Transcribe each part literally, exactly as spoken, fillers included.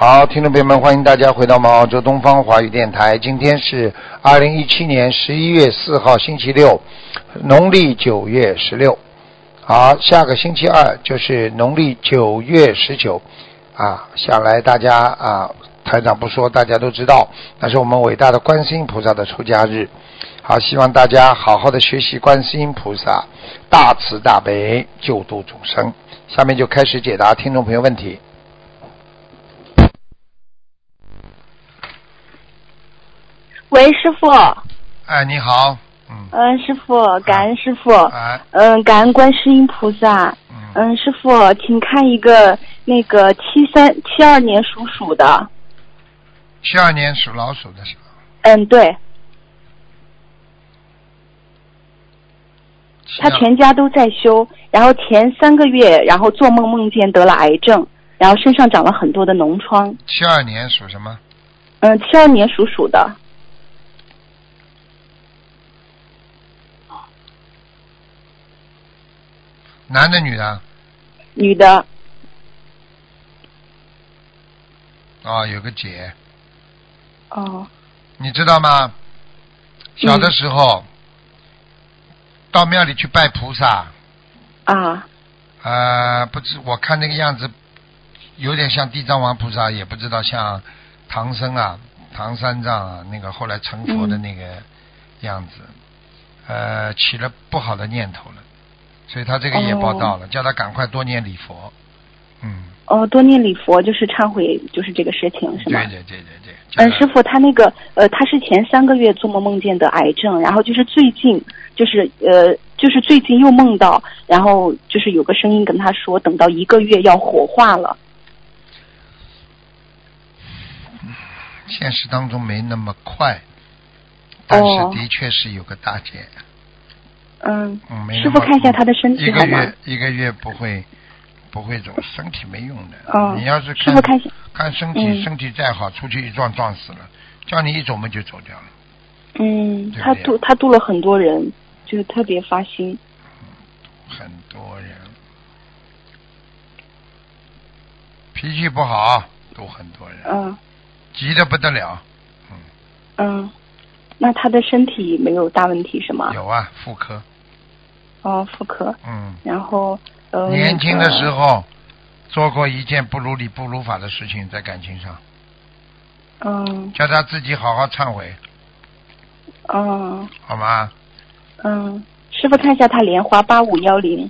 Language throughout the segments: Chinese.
好，听众朋友们，欢迎大家回到我们澳洲东方华语电台。今天是二零一七年十一月四号，星期六，农历九月十六。好，下个星期二就是农历九月十九啊。想来大家啊，台长不说，大家都知道，那是我们伟大的观世音菩萨的出家日。好，希望大家好好的学习观世音菩萨大慈大悲，救度众生。下面就开始解答听众朋友问题。 喂，师傅。 哎，你好。嗯。 嗯，师傅，感恩师傅。 哎。 嗯，感恩观世音菩萨。 嗯。 嗯，师傅，请看一个那个七三七二年属鼠的。 七二年属老鼠的是吧？ 嗯，对。他全家都在修，然后前三个月，然后做梦梦见得了癌症，然后身上长了很多的脓疮。 七二年属什么？ 嗯，七二年属鼠的。 男的女的？ 女的。 哦，有个姐。 哦。 你知道吗？小的时候、嗯、到庙里去拜菩萨。 啊。 呃，不知我看那个样子，有点像地藏王菩萨，也不知道像唐僧啊、唐三藏啊，那个后来成佛的那个样子，嗯、呃，起了不好的念头了。所以他这个也报道了、哦、叫他赶快多念礼佛。嗯。 哦，多念礼佛就是忏悔，就是这个事情是吗？ 对对对对对。 嗯，师傅，他那个呃，他是前三个月做梦梦见的癌症，然后就是最近，就是呃，就是最近又梦到，然后就是有个声音跟他说，等到一个月要火化了。 现实当中没那么快，但是的确是有个大劫。 哦嗯， 嗯， 师傅看一下他的身体好吗？ 一个月一个月不会不会走，身体没用的。 嗯， 你要是看师傅看看身体、嗯，身体再好，出去一撞撞死了，叫你一走嘛就走掉了。 嗯， 对对他度他度了很多人，就特别发心。 很多人脾气不好，度很多人。 嗯。 急得不得了。 嗯。嗯，那他的身体没有大问题是吗？ 有啊，妇科。 哦，妇科。 嗯。 然后呃。 年轻的时候做过一件不如理不如法的事情，在感情上。 嗯。 叫他自己好好忏悔。 嗯。 好吗？ 嗯，师傅看一下他莲花八五幺零。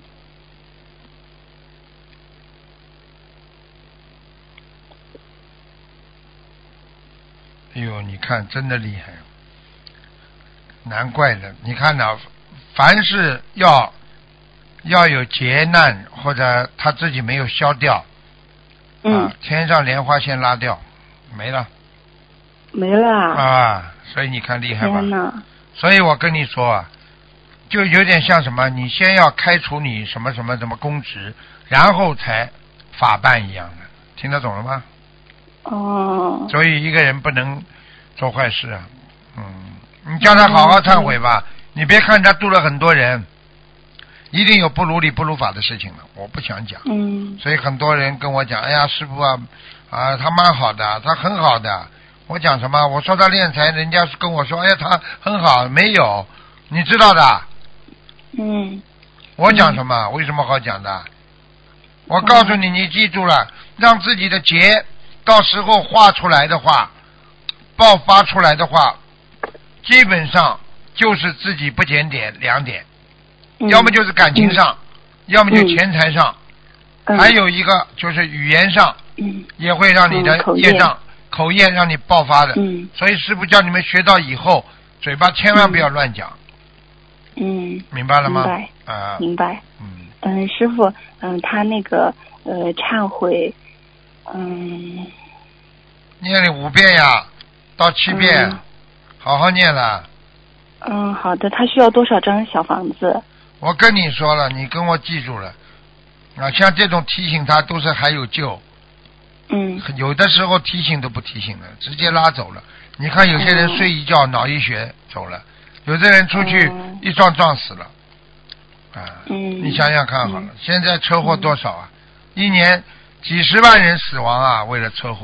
哎呦，你看真的厉害，难怪的。你看呢，凡是要要有劫难或者他自己没有消掉， 嗯， 啊，天上莲花先拉掉，没了， 没了啊。 啊，所以你看厉害吧？ 天哪！ 所以我跟你说啊，就有点像什么，你先要开除你什么什么什么公职，然后才法办一样的，听得懂了吗？ 哦。 所以一个人不能做坏事啊，嗯，你叫他好好忏悔吧。嗯、你别看他度了很多人，一定有不如理不如法的事情了，我不想讲。 嗯。 所以很多人跟我讲，哎呀，师父啊，啊，他蛮好的，他很好的。我讲什么？我说他敛财，人家跟我说，哎呀，他很好，没有，你知道的。 嗯。 我讲什么？嗯、为什么好讲的？我告诉你，你记住了，让自己的劫。到时候画出来的话，爆发出来的话，基本上就是自己不检点两点、嗯、要么就是感情上、嗯、要么就钱财上、嗯、还有一个就是语言上、嗯、也会让你的业障、嗯、口业让你爆发的、嗯、所以师父叫你们学到以后嘴巴千万不要乱讲。 嗯， 明白了吗？ 明白、 呃、 明白。 嗯嗯，师父，嗯，他那个呃忏悔嗯， 念了五遍呀，到七遍、嗯，好好念了。 嗯，好的。他需要多少张小房子？ 我跟你说了，你跟我记住了啊！像这种提醒他都是还有救。 嗯。有的时候提醒都不提醒了，直接拉走了。你看有些人睡一觉、嗯、脑溢血走了，有的人出去一撞撞死了。啊， 嗯。 你想想看好了，嗯、现在车祸多少啊？嗯、一年。几十万人死亡啊！为了车祸啊！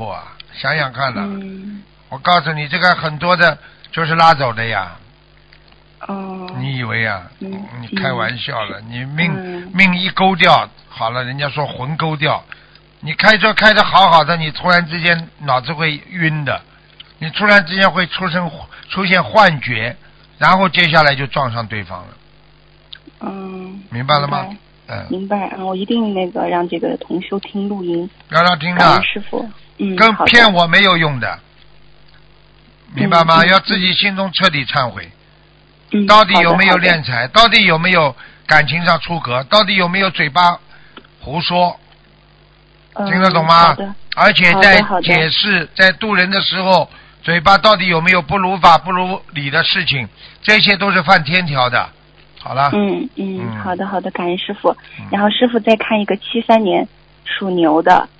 想想看了。 嗯。 我告诉你，这个很多的就是拉走的呀。 哦。 你以为啊？ 嗯。 你开玩笑了，你命、 嗯、 命一勾掉，好了，人家说魂勾掉。你开车开得好好的，你突然之间脑子会晕的，你突然之间会出生出现幻觉，然后接下来就撞上对方了。 嗯。 明白了吗？嗯。 明白啊，我一定那个让这个同修听录音。 让他听的。 感恩师傅。嗯。 跟骗我没有用的。明白吗？ 嗯、 要自己心中彻底忏悔。 嗯。 到底有没有敛财？到底有没有感情上出格？到底有没有嘴巴胡说？ 嗯、 听得懂吗？ 好的。 而且在解释，在渡人的时候，嘴巴到底有没有不如法不如理的事情？这些都是犯天条的。好了。 嗯 嗯, 嗯，好的好的，感恩师傅。嗯、然后师傅再看一个七三年属牛的。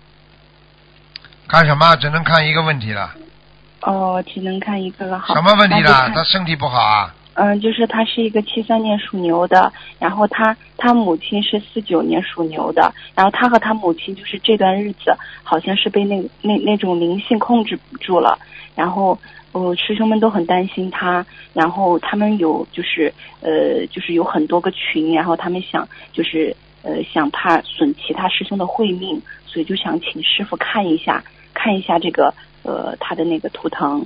看什么？只能看一个问题了。 哦，只能看一个了。好。 什么问题了？他身体不好啊？ 嗯，就是他是一个七三年属牛的，然后他他母亲是四九年属牛的，然后他和他母亲就是这段日子好像是被那那那种灵性控制住了，然后呃师兄们都很担心他，然后他们有就是呃就是有很多个群，然后他们想就是呃想怕损其他师兄的慧命，所以就想请师傅看一下看一下这个呃他的那个图腾。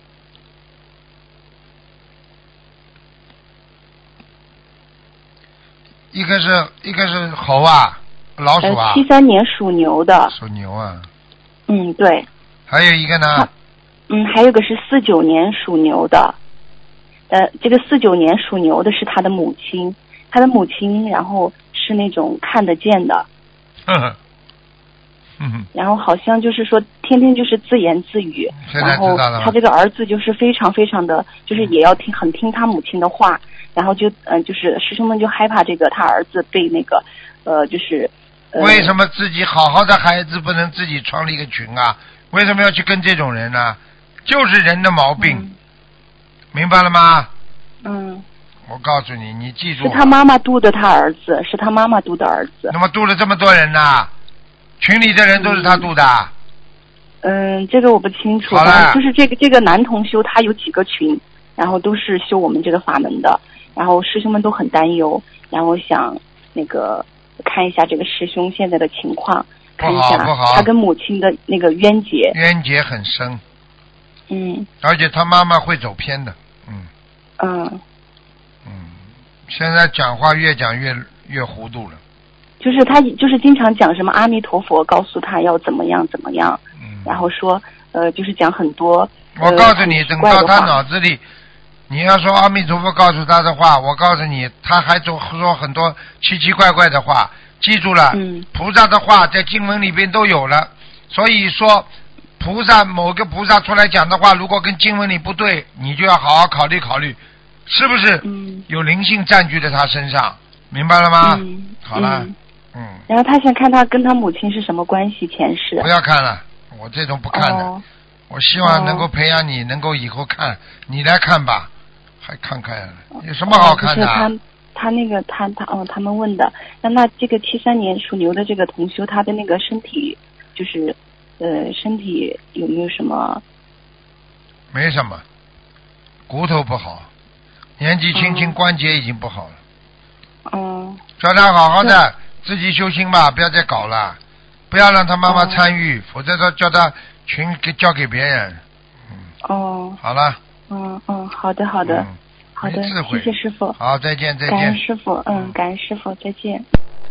一个是一个是猴啊，老鼠啊。 七、呃、三年属牛的。 属牛啊。 嗯，对。 还有一个呢？ 嗯，还有个是四九年属牛的。呃，这个四九年属牛的是他的母亲，他的母亲，然后是那种看得见的。 呵呵。嗯。 然后好像就是说，天天就是自言自语。然后他这个儿子就是非常非常的，就是也要听很听他母亲的话。然后就嗯、呃，就是师兄们就害怕这个他儿子被那个呃，就是、呃、 为什么自己好好的孩子不能自己创立一个群啊？为什么要去跟这种人呢？就是人的毛病， 嗯、 明白了吗？ 嗯。 我告诉你，你记住。 是他妈妈度的他儿子，是他妈妈度的儿子。 那么度了这么多人呐，群里的人都是他度的。 嗯，这个我不清楚。 好了。 就是这个这个男同修他有几个群，然后都是修我们这个法门的。然后师兄们都很担忧，然后想那个看一下这个师兄现在的情况，看一下他跟母亲的那个冤结。 冤结很深。 嗯。 而且他妈妈会走偏的。嗯。 嗯。 嗯，现在讲话越讲越越糊涂了。 就是他就是经常讲什么阿弥陀佛告诉他要怎么样怎么样， 嗯、 然后说呃就是讲很多。 我告诉你，等到他脑子里。你要说阿弥陀佛告诉他的话，我告诉你，他还说说很多奇奇怪怪的话。记住了， 嗯、 菩萨的话在经文里边都有了。所以说，菩萨某个菩萨出来讲的话，如果跟经文里不对，你就要好好考虑考虑，是不是有灵性占据在他身上？明白了吗？ 嗯、 好了， 嗯。 嗯。 然后他想看他跟他母亲是什么关系，前世。 不要看了，我这种不看的。 哦、 我希望能够培养你，哦、能够以后看，你来看吧。还看看有什么好看的、啊？ 哦、就是他他那个他他哦，他们问的，那那这个七三年属牛的这个同修，他的那个身体就是呃身体有没有什么？ 没什么，骨头不好，年纪轻轻关节已经不好了。 哦。 叫他好好的自己修心吧，不要再搞了，不要让他妈妈参与， 哦、 否则他叫他群给交给别人。嗯。 哦。 好了。 嗯嗯，好的好的，嗯、好的，谢谢师傅。 好，再见再见。 感恩师傅，嗯，感恩师傅，再见。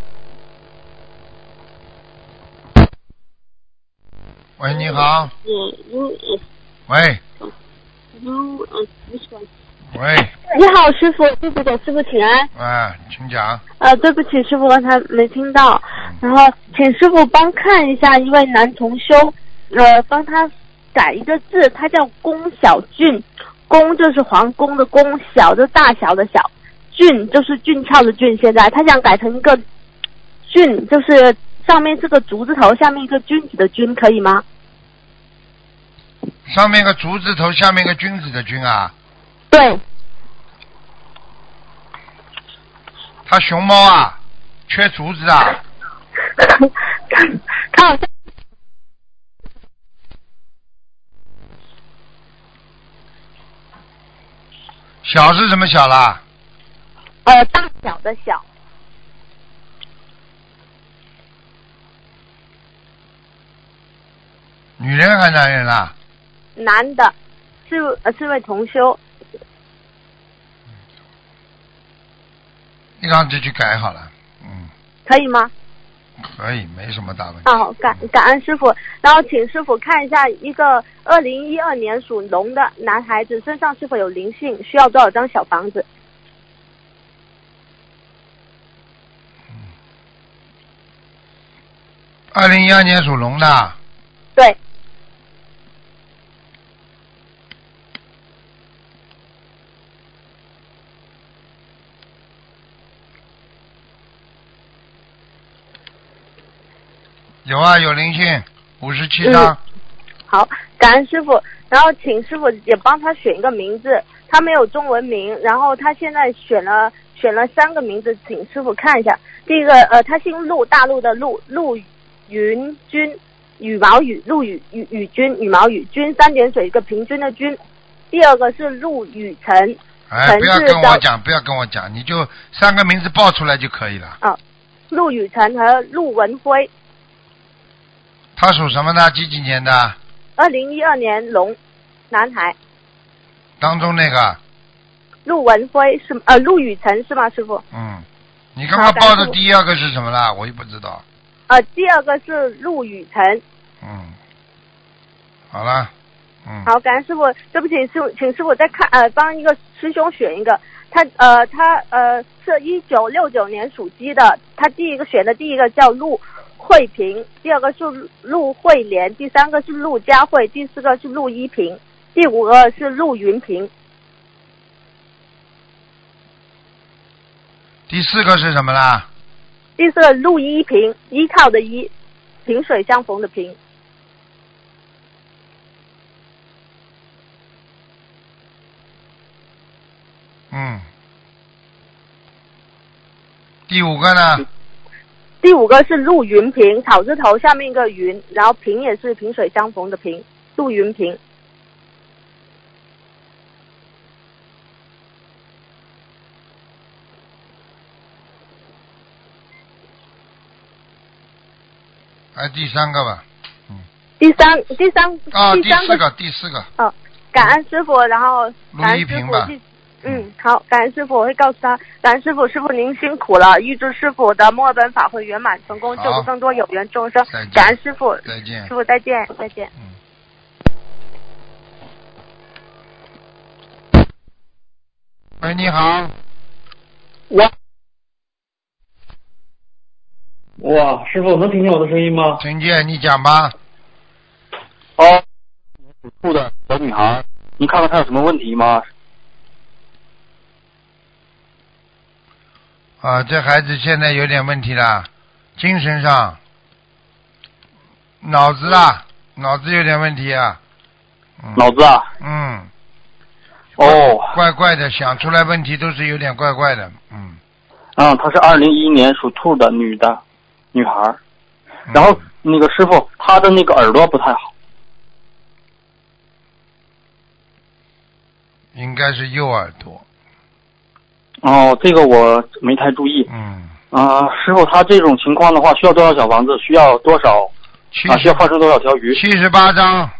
喂，你好。喂。喂。 你好，师傅，弟子给师傅请安。 啊，请讲。 呃，对不起，师傅刚才没听到，然后请师傅帮看一下一位男同修，呃，帮他改一个字，他叫龚小俊。宫就是皇宫的宫，小就是大小的小，俊就是俊俏的俊。现在他想改成一个俊，就是上面是个竹字头，下面一个君子的君，可以吗？ 上面个竹字头，下面个君子的君啊？ 对。 他熊猫啊，缺竹子啊？ 他好像小是什么小啦？ 呃，大小的小。 女人还是男人啦？ 男的，是呃是位同修。 你让这去改好了，嗯。 可以吗？ 可以，没什么大问题。 哦，感感恩师傅，然后请师傅看一下一个二零一二年属龙的男孩子身上是否有灵性，需要多少张小房子？ 二零一二年属龙的。 对。 有啊，有灵性，五十七张。 嗯。好，感恩师傅，然后请师傅也帮他选一个名字，他没有中文名，然后他现在选了选了三个名字，请师傅看一下。第一个，呃，他姓陆，大陆的陆，陆云君，羽毛羽，陆羽羽羽君，羽毛羽君，三点水一个平均的均。第二个是陆雨辰。 哎，不要跟我讲，不要跟我讲，你就三个名字报出来就可以了。 啊，陆雨辰和陆文辉。 他属什么的？几几年的？ 二零一二年龙，男孩。 当中那个。 陆文辉是呃陆雨辰是吗，师傅？ 嗯，你刚刚报的第二个是什么啦？我也不知道。 呃，第二个是陆雨辰。 嗯，好了。嗯。 好，感恩师傅，对不起，师傅，请师傅再看呃帮一个师兄选一个，他呃他呃是一九六九年属鸡的，他第一个选的第一个叫陆慧萍，第二个是陆慧莲，第三个是陆佳慧，第四个是陆一平，第五个是陆云平。 第四个是什么啦？ 第四个陆一平，依靠的依，萍水相逢的萍。 嗯。第五个呢？ 第五个是陆云平，草字头下面一个云，然后平也是萍水相逢的萍，陆云平。 哎，第三个吧。嗯。 第三，第三， 啊， 第三第四个，第四个。 哦，感恩师傅，然后感恩师傅。嗯，好，感恩师傅，我会告诉他，感恩师傅，师傅您辛苦了，预祝师傅的墨尔本法会圆满成功，救度更多有缘众生。感恩师傅， 再见， 师傅再见，再见。 嗯。喂，你好。 我。哇，师傅能听见我的声音吗？ 听见，你讲吧。 哦，属兔的小女孩，你看看她有什么问题吗？ 啊，这孩子现在有点问题了，精神上，脑子啊，脑子有点问题啊。 嗯、脑子啊？ 嗯。 哦。 怪怪的，想出来问题都是有点怪怪的，嗯。 嗯，她是二零一一年属兔的女的女孩，然后、嗯、那个师傅，她的那个耳朵不太好。 应该是右耳朵。 哦，这个我没太注意。 嗯。 啊、呃，师傅，他这种情况的话，需要多少小房子？需要多少？啊，需要放生多少条鱼？ 七十八张。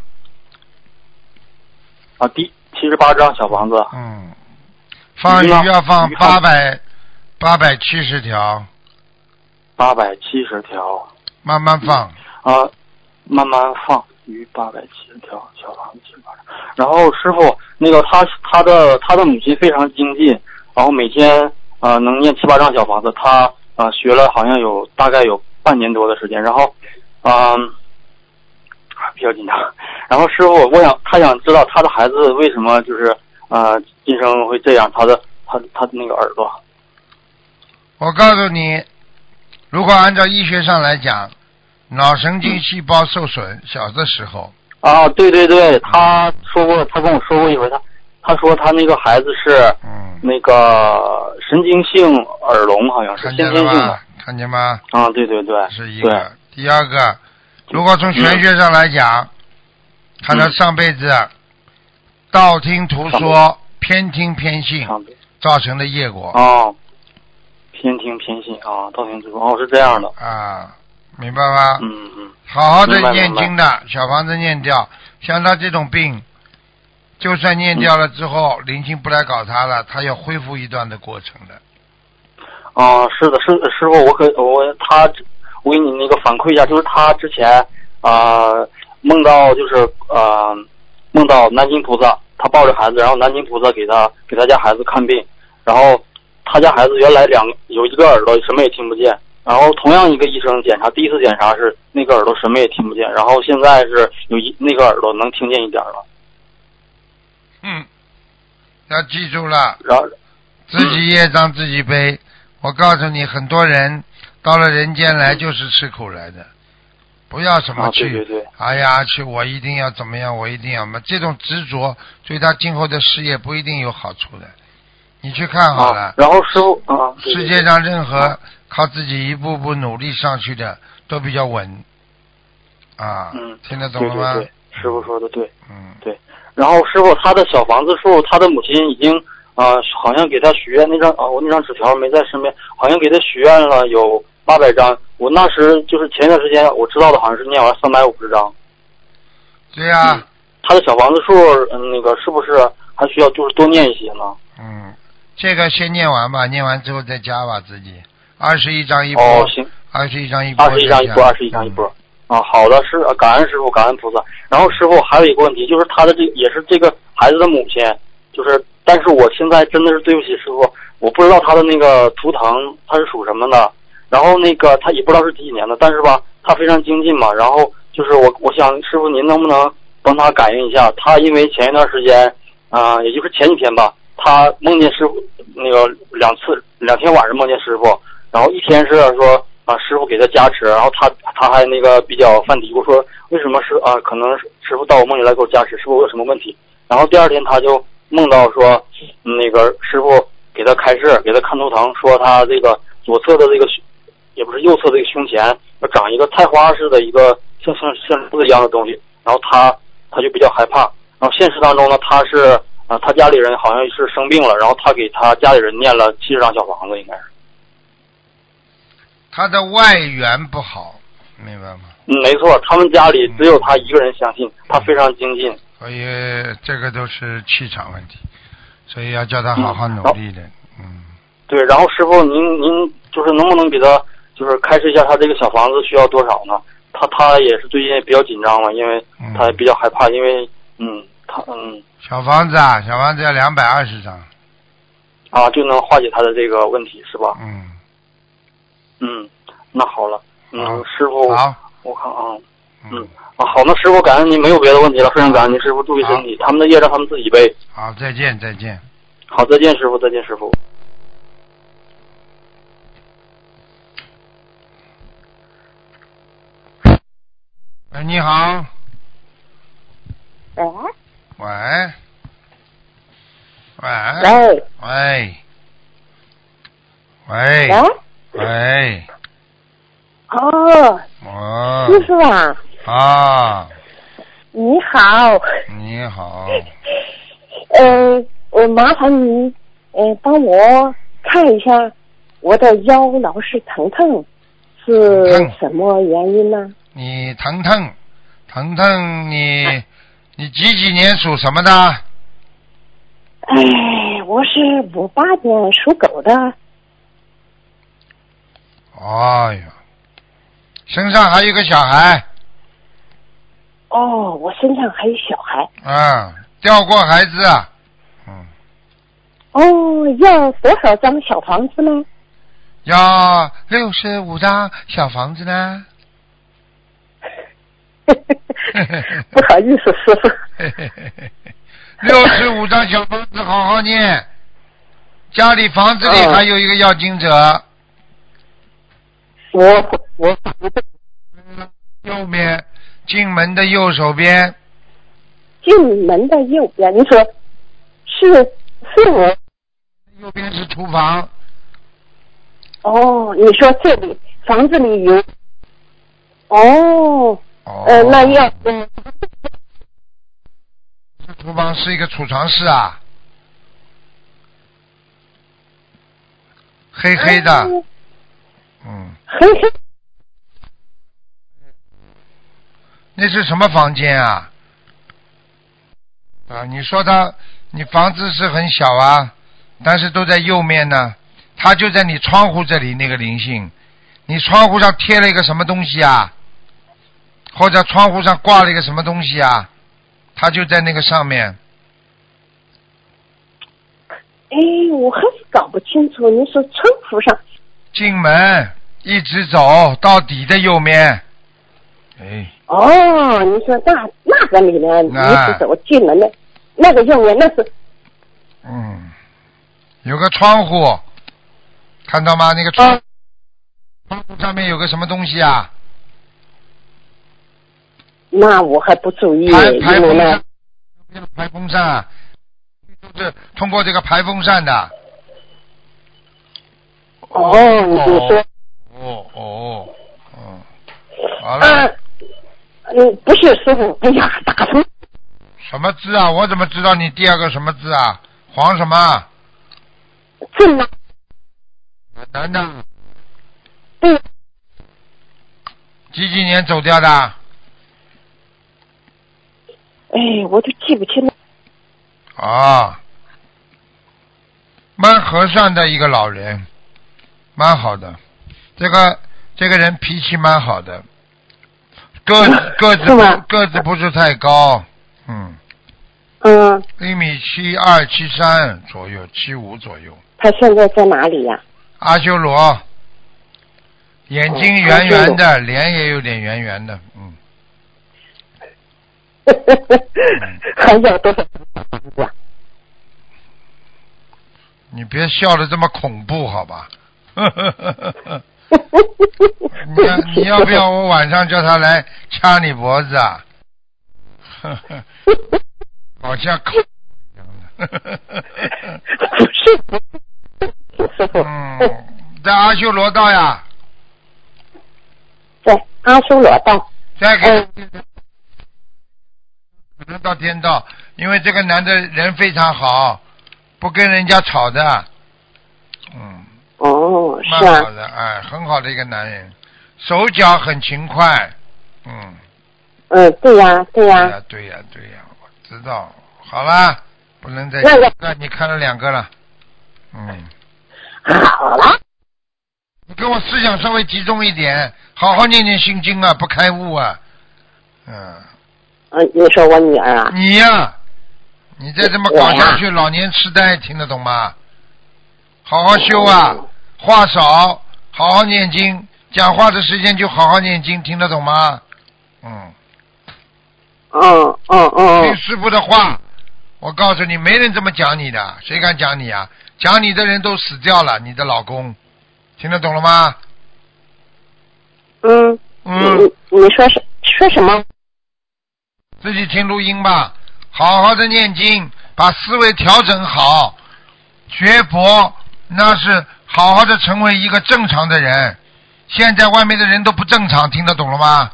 啊，第七十八张小房子。 嗯。放鱼要放八百八百七十条。 八百七十条。 慢慢放。 啊，慢慢放鱼八百七十条，小房子七十八张。然后师傅，那个他他的他的母亲非常精进。然后每天呃能念七八张小房子，他呃学了好像有大概有半年多的时间，然后嗯、呃、比较紧张。然后师傅，我想他想知道他的孩子为什么就是呃今生会这样，他的他他的那个耳朵。 我告诉你，如果按照医学上来讲，脑神经细胞受损，嗯、小的时候。 啊，对对对，他说过，他跟我说过一回，他。他说他那个孩子是，嗯，那个神经性耳聋，好像是先天性的， 看见吗？ 啊，对对对， 是一个。第二个，如果从玄学上来讲，看他上辈子道听途说， 偏听偏信强背造成的业果。 哦，偏听偏信啊，道听途说哦，是这样的。 啊，明白吗？ 嗯嗯。 好好的明白念经的，小房子念掉，像他这种病，就算念掉了之后，灵性不来搞他了，他要恢复一段的过程的。 啊、是的，是的，师傅，我可我他，我给你那个反馈一下，就是他之前啊、呃、梦到就是呃梦到南京菩萨，他抱着孩子，然后南京菩萨给他给他家孩子看病，然后他家孩子原来两有一个耳朵什么也听不见，然后同样一个医生检查，第一次检查是那个耳朵什么也听不见，然后现在是有一那个耳朵能听见一点了。 嗯，要记住了， 然后自己业障自己背。我告诉你，很多人到了人间来就是吃苦来的，不要什么去， 啊、对对对， 哎呀，去我一定要怎么样，我一定要嘛，这种执着对他今后的事业不一定有好处的。你去看好了， 啊、然后师傅啊，对对对， 世界上任何靠自己一步步努力上去的都比较稳啊。 嗯， 听得懂了吗？ 对对对，师傅说的对， 嗯， 对。然后师傅他的小房子数，他的母亲已经啊、呃，好像给他许愿那张啊，我那张纸条没在身边，好像给他许愿了有八百张。我那时就是前一段时间我知道的，好像是念完三百五十张。 对呀、啊嗯。他的小房子数，嗯，那个是不是还需要就是多念一些呢？ 嗯，这个先念完吧，念完之后再加吧，自己二十一张一波。 哦，行。 二十一张一波。 二十一张一波，二十一张一波。啊，好的，是感恩师傅，感恩菩萨。然后师傅还有一个问题，就是他的这也是这个孩子的母亲，就是但是我现在真的是对不起师傅，我不知道他的那个图腾他是属什么的，然后那个他也不知道是几几年的，但是吧他非常精进嘛，然后就是我我想师傅您能不能帮他感应一下，他因为前一段时间啊、呃，也就是前几天吧，他梦见师傅那个两次两天晚上梦见师傅，然后一天是说。啊，师傅给他加持，然后他他还那个比较犯嘀咕说，为什么师啊？可能师傅到我梦里来给我加持，师傅有什么问题？然后第二天他就梦到说，嗯、那个师傅给他开示，给他看图腾，说他这个左侧的这个，也不是右侧这个胸前要长一个菜花似的一个像像像珠子一样的东西，然后他他就比较害怕。然后现实当中呢，他是啊，他家里人好像是生病了，然后他给他家里人念了七十张小房子，应该是。 他的外缘不好，明白吗？ 嗯，没错，他们家里只有他一个人相信，他非常精进。 所以这个都是气场问题，所以要叫他好好努力的。嗯。嗯对，然后师傅您您就是能不能给他就是开示一下他这个小房子需要多少呢？他他也是最近比较紧张嘛，因为他也比较害怕，因为嗯他嗯。 小房子啊，小房子要两百二十张。 啊，就能化解他的这个问题是吧？ 嗯。 嗯，那好了，嗯， 好师傅， 好， 我看啊，嗯，啊，好，那师傅感恩您，没有别的问题了，非常感恩您，师傅注意身体，他们的业让他们自己背。 好，再见，再见。 好，再见，师傅，再见，师傅。 喂，你好。 喂。 喂。喂。 喂。 喂。喂。 喂。 喂。 哦。 哦。 师傅啊。 啊。 你好。 你好。 呃，我麻烦你，呃，帮我看一下我的腰老是疼疼，是什么原因呢？ 你疼疼，疼疼你，啊、你几几年属什么的？ 哎，我是五八年属狗的。 哎呀，身上还有个小孩。 哦，我身上还有小孩。 啊，掉过孩子啊。嗯。 哦，要多少张小房子呢？ 要六十五张小房子呢。 不好意思，师傅。 六十五张小房子，好好念。家里房子里还有一个要经者。 我我右面进门的右手边。 进门的右边，你说是是我。 右边是厨房。 哦，你说这里房子里有。哦。 哦。 呃，那要嗯。 厨房是一个储藏室啊。 黑黑的，嗯， 黑黑。 那是什么房间啊？啊，你说他，你房子是很小啊，但是都在右面呢，他就在你窗户这里那个灵性，你窗户上贴了一个什么东西啊？或者窗户上挂了一个什么东西啊？他就在那个上面。 哎，我还是搞不清楚，你说窗户上。 进门一直走到底的右面。哎。 哦，你说那那个里面一直走进门的，那个右面那是。 嗯，有个窗户，看到吗？那个窗，窗户上面有个什么东西啊？ 那我还不注意， 排排风扇， 排风扇，都是通过这个排风扇的。 哦，你就说。 哦哦，嗯，好了。 啊嗯，不是师傅，哎呀，打通。 什么字啊？我怎么知道你第二个什么字啊？黄什么？ 正啊。 男的。 对。 几几年走掉的？ 哎，我都记不清了。 啊，蛮和善的一个老人，蛮好的。这个这个人脾气蛮好的。个子个子不个子不是太高，嗯， 嗯， 一米七二七三左右，七五左右。 他现在在哪里呀？ 阿修罗，眼睛圆圆的，哦、脸也有点圆圆的，嗯。 还有多少？ 你别笑得这么恐怖，好吧？你要你要不要我晚上叫他来掐你脖子啊？好像口一样的。 不是。 嗯，在阿修罗道呀。 在阿修罗道。 再给。可能到天道，因为这个男的人非常好，不跟人家吵的。嗯。 哦，是啊。 蛮好的，哎，很好的一个男人，手脚很勤快，嗯。 嗯，对呀，对呀。 对呀，对呀，对呀，我知道。好啦，不能再那个， 那你看了两个了，嗯。 好了。 你跟我思想稍微集中一点，好好念念心经啊，不开悟啊，嗯。 嗯，你说我女儿啊？ 你呀、啊，你再这么搞下去，老年痴呆，听得懂吗？好好修啊，话少，好好念经，讲话的时间就好好念经，听得懂吗？嗯。 嗯嗯嗯。 听师父的话，我告诉你，没人这么讲你的，谁敢讲你啊？讲你的人都死掉了，你的老公，听得懂了吗？ 嗯。 嗯。 你你说什说什么？ 自己听录音吧，好好的念经，把思维调整好，学佛那是好好的成为一个正常的人。现在外面的人都不正常，听得懂了吗？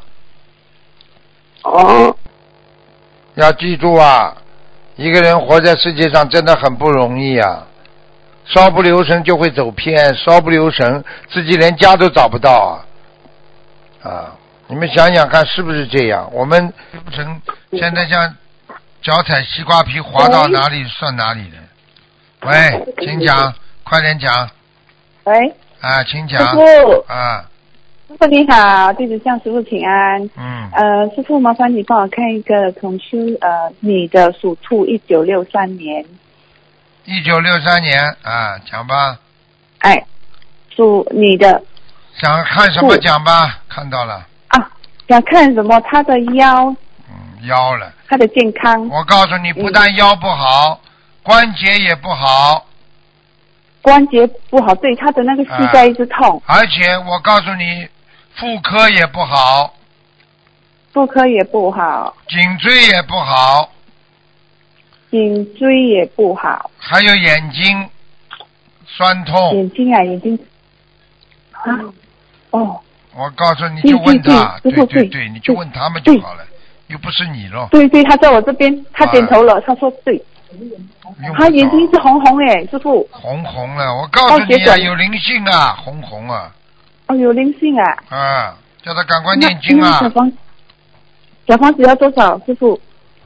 哦。 要记住啊，一个人活在世界上真的很不容易啊，稍不留神就会走偏，稍不留神自己连家都找不到啊！啊，你们想想看是不是这样？我们成现在像脚踩西瓜皮，滑到哪里算哪里的。喂，请讲，快点讲。 喂。 啊，请讲。 师傅。 啊。 师傅你好，弟子向师傅请安。 嗯。 呃，师傅麻烦你帮我看一个同修，呃，女的属兔，一九六三年。 一九六三年啊，讲吧。 哎，属女的。 想看什么讲吧？看到了。 啊，想看什么？她的腰。 嗯，腰了。 她的健康。 我告诉你，不但腰不好，嗯、关节也不好。 关节不好，对，她的那个膝盖一直痛。 啊、而且我告诉你，妇科也不好。 妇科也不好。 颈椎也不好。 颈椎也不好。 还有眼睛酸痛。 眼睛啊，眼睛。啊。哦。 我告诉你，就问他， 对对对对，你就问他们就好了，又不是你咯。 对对，他在我这边，他点头了，他说对。 用不他眼着睛是红红诶，师傅。 红红了，我告诉你啊，有灵性啊，红红啊。 哦，有灵性啊。 啊，叫他赶快念经啊。 小房小房子要多少，师傅？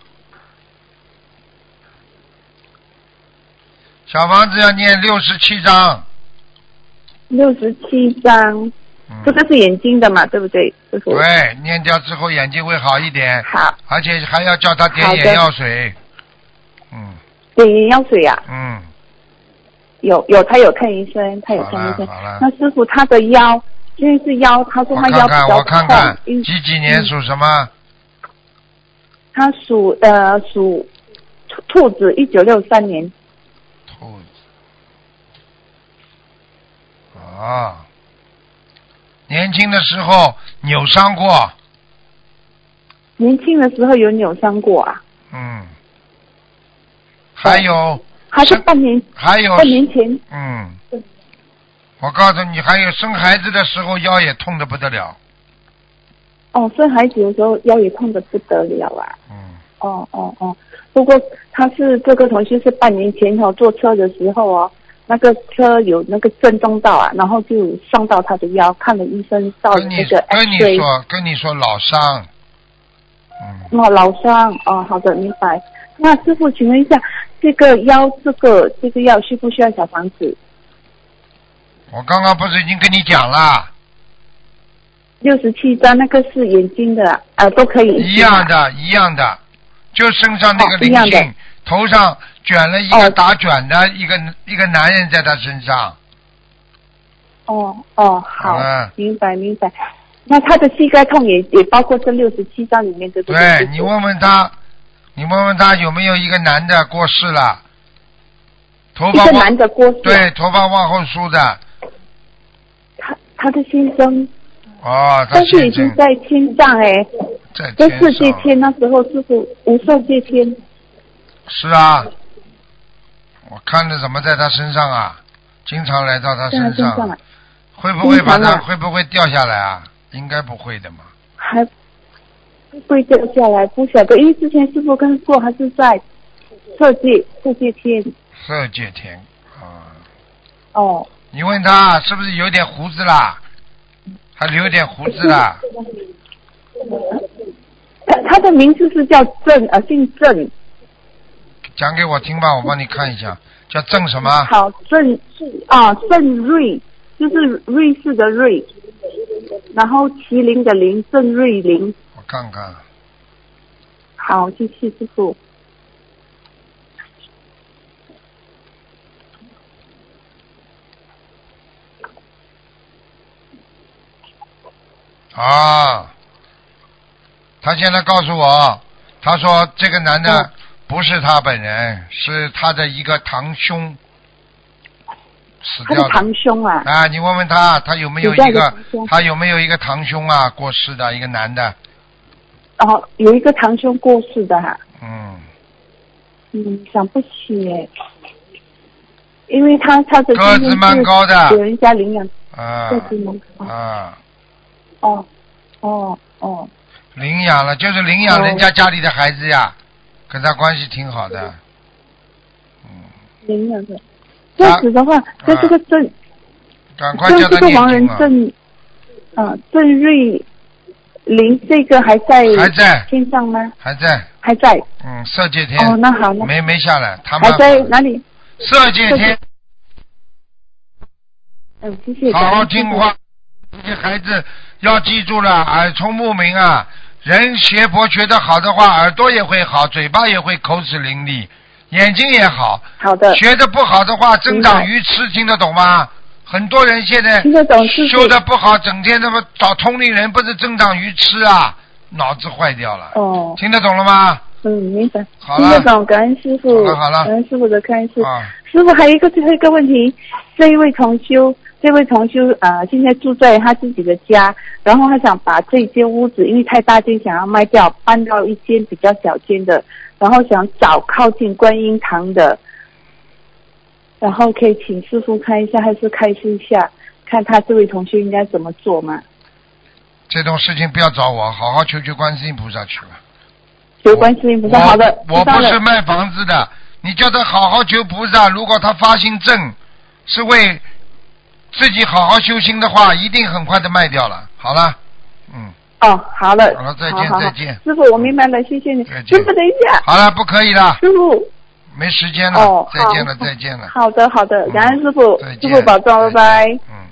小房子要念六十七章。 六十七章。这个是眼睛的嘛，对不对，师傅？ 对，念掉之后眼睛会好一点。 好。 而且还要叫他点眼药水。嗯。 点眼药水啊？ 嗯。 有有，他有看医生，他有看医生。 好了。 那师傅他的腰，因为是腰，他说他腰比较痛。 我看看，我看看，几几年属什么？ 他属呃属兔子，一九六三年。 兔子。啊。年轻的时候扭伤过。 年轻的时候有扭伤过啊？ 嗯。还有。 还是半年。 还有。 半年前。 嗯。我告诉你，还有生孩子的时候腰也痛得不得了。 哦，生孩子的时候腰也痛得不得了啊。 嗯。 哦哦哦，不过他是这个同学是半年前哦坐车的时候哦。那个车有那个震动到啊，然后就伤到他的腰，看了医生，到了那个 X-ray。 跟你说，跟你说老伤。 嗯。哦，老伤哦，好的，明白。那师傅，请问一下，这个腰这个这个药需不需要小房子？ 我刚刚不是已经跟你讲了？ 六十七张，那个是眼睛的啊、呃，都可以一。 一样的，一样的，就身上那个灵性，哦、头上卷了一个打卷的、哦、一个一个男人在他身上。 哦哦，好， 嗯、 明白明白。那他的膝盖痛也也包括这六十七张里面的。对对，你问问他，你问问他有没有一个男的过世了？头发一个男的过世。 对，头发往后梳的。 他他的先生。 哦，他但是已经在天上哎，在世界天那时候师傅无色界天。 是啊，我看着怎么在他身上啊，经常来到他身上， 身上会不会把他、啊、会不会掉下来啊？应该不会的嘛。 还不会掉下来，不晓得，因为之前师傅跟过还是在色界色界天。 色界天啊。 哦。 你问他是不是有点胡子啦？还留点胡子啦。 他他的名字是叫郑，呃，姓郑。 讲给我听吧，我帮你看一下，叫郑什么？ 好，郑啊，郑瑞，就是瑞士的瑞，然后麒麟的麟，郑瑞麟。 我看看。 好，谢谢师傅。 啊，他现在告诉我，他说这个男的不是他本人，是他的一个堂兄死掉的。 他的堂兄啊？ 啊，你问问他，他有没有一个，他有没有一个堂兄啊过世的一个男的？ 哦，有一个堂兄过世的哈、啊。 嗯。 嗯，想不起哎，因为他他的个子蛮高的， 有人家领养。 啊。 个子蛮高。 啊。 哦，哦，哦， 领养了，就是领养人家家里的孩子呀，哦、跟他关系挺好的。嗯。 领养的，这样子的话，在、啊、这个郑， 赶快叫他念经啊！ 这个亡人郑，啊，郑瑞麟这个还在还在天上吗？ 还在， 还在。 嗯，色界天。 哦，那好，那没没下来，他还在哪里？ 色界天。 嗯，谢谢。 好好听话，这些孩子。要记住了，耳聪目明啊！人学佛学得好的话，耳朵也会好，嘴巴也会口齿伶俐，眼睛也好。 好的。 学得不好的话，增长愚痴，听得懂吗？很多人现在听得懂， 修得不好，整天他妈找通灵人，不是增长愚痴啊，脑子坏掉了。 哦。 听得懂了吗？ 嗯，明白。 好了。 听得懂，感恩师傅。 好了好了。 感恩师傅的开示。 啊。 师傅还有一个最后一个问题，这一位同修。这位同修呃，现在住在他自己的家，然后他想把这间屋子因为太大间想要卖掉，搬到一间比较小间的，然后想找靠近观音堂的，然后可以请师父看一下，还是开示一下，看他这位同修应该怎么做吗？ 这种事情不要找我，好好求求观世音菩萨去吧。 求观世音菩萨，好的。 我不是卖房子的， 你叫他好好求菩萨，如果他发心正，是为自己好好修心的话，一定很快的卖掉了。好了，嗯。 哦，好了， 好了，再见好好好再见。 师傅，我明白了，谢谢你。 再见师傅，等一下。 好了，不可以了。 师傅。 没时间了。 哦， 再见了，再见了。 好的，好的，感恩师傅， 再见师傅保重，拜拜。 嗯。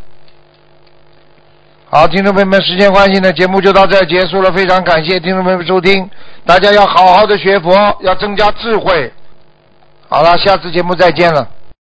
好，听众朋友们，时间关系呢，节目就到这儿结束了。非常感谢听众朋友们收听，大家要好好的学佛，要增加智慧。好了，下次节目再见了。